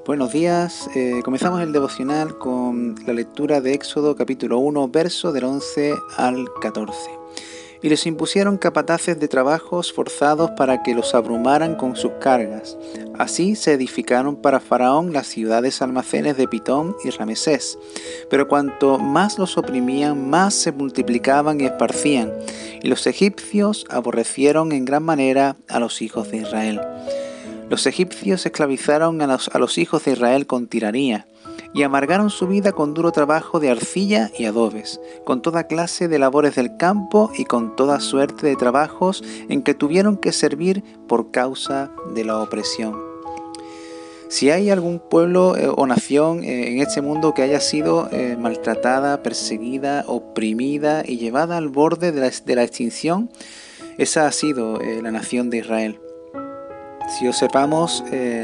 Buenos días, comenzamos el devocional con la lectura de Éxodo capítulo 1, verso del 11 al 14. Y les impusieron capataces de trabajos forzados para que los abrumaran con sus cargas. Así se edificaron para Faraón las ciudades almacenes de Pitón y Ramesés. Pero cuanto más los oprimían, más se multiplicaban y esparcían. Y los egipcios aborrecieron en gran manera a los hijos de Israel. Los egipcios esclavizaron a los hijos de Israel con tiranía y amargaron su vida con duro trabajo de arcilla y adobes, con toda clase de labores del campo y con toda suerte de trabajos en que tuvieron que servir por causa de la opresión. Si hay algún pueblo o nación en este mundo que haya sido maltratada, perseguida, oprimida y llevada al borde de la extinción, esa ha sido la nación de Israel. Si observamos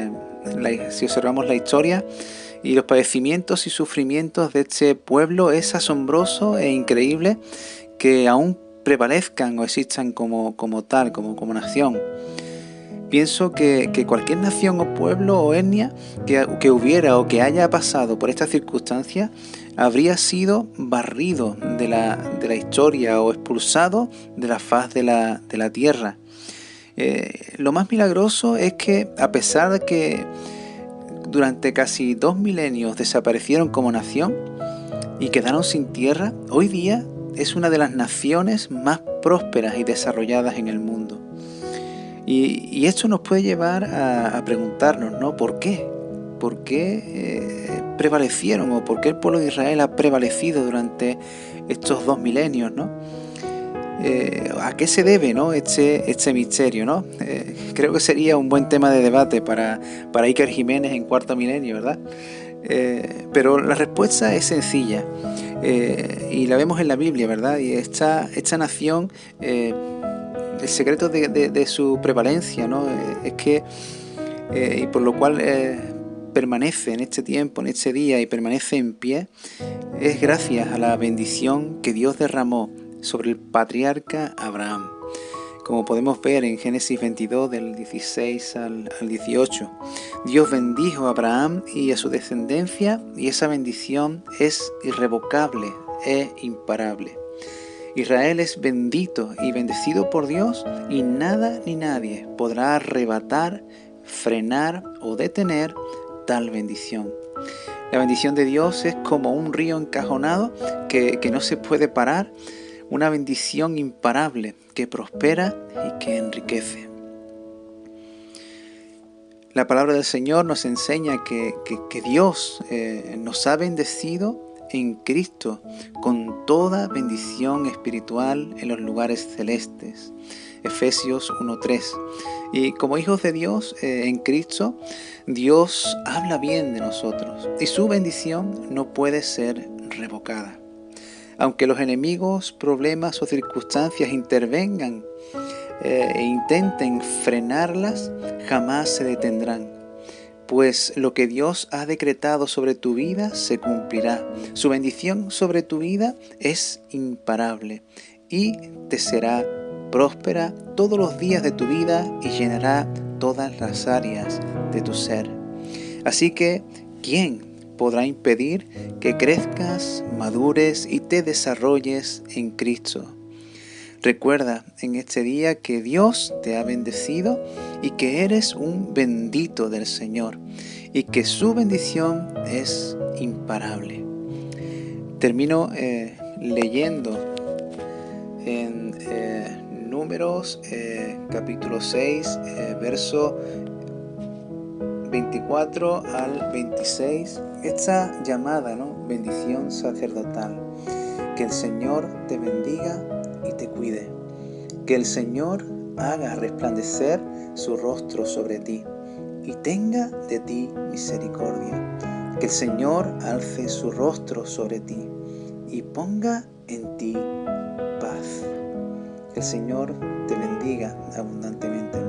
la historia y los padecimientos y sufrimientos de este pueblo, es asombroso e increíble que aún prevalezcan o existan como nación. Pienso que cualquier nación o pueblo o etnia que hubiera o que haya pasado por estas circunstancias habría sido barrido de la historia o expulsado de la faz de la tierra. Lo más milagroso es que, a pesar de que durante casi 2 milenios desaparecieron como nación y quedaron sin tierra, hoy día es una de las naciones más prósperas y desarrolladas en el mundo. Y esto nos puede llevar a preguntarnos, ¿no? ¿Por qué? ¿Por qué prevalecieron o por qué el pueblo de Israel ha prevalecido durante estos 2 milenios, ¿no? ¿A qué se debe, ¿no? este misterio, ¿no? Creo que sería un buen tema de debate para Iker Jiménez en Cuarto Milenio, ¿verdad? Pero la respuesta es sencilla y la vemos en la Biblia, ¿verdad? Y esta nación, el secreto de su prevalencia, ¿no? Es que, y por lo cual permanece en este tiempo, en este día y permanece en pie, es gracias a la bendición que Dios derramó sobre el patriarca Abraham, como podemos ver en Génesis 22 del 16 al 18. Dios bendijo a Abraham y a su descendencia, y esa bendición es irrevocable e imparable. Israel es bendito y bendecido por Dios, y nada ni nadie podrá arrebatar, frenar o detener tal bendición. La bendición de Dios es como un río encajonado que no se puede parar, una bendición imparable que prospera y que enriquece. La palabra del Señor nos enseña que Dios nos ha bendecido en Cristo con toda bendición espiritual en los lugares celestes. Efesios 1:3. Y como hijos de Dios en Cristo, Dios habla bien de nosotros y su bendición no puede ser revocada. Aunque los enemigos, problemas o circunstancias intervengan e intenten frenarlas, jamás se detendrán. Pues lo que Dios ha decretado sobre tu vida se cumplirá. Su bendición sobre tu vida es imparable y te será próspera todos los días de tu vida y llenará todas las áreas de tu ser. Así que, ¿quién podrá impedir que crezcas, madures y te desarrolles en Cristo? Recuerda en este día que Dios te ha bendecido y que eres un bendito del Señor y que su bendición es imparable. Termino leyendo en Números capítulo 6, verso 24 al 26, esta llamada, ¿no? Bendición sacerdotal. Que el Señor te bendiga y te cuide. Que el Señor haga resplandecer su rostro sobre ti y tenga de ti misericordia. Que el Señor alce su rostro sobre ti y ponga en ti paz. Que el Señor te bendiga abundantemente.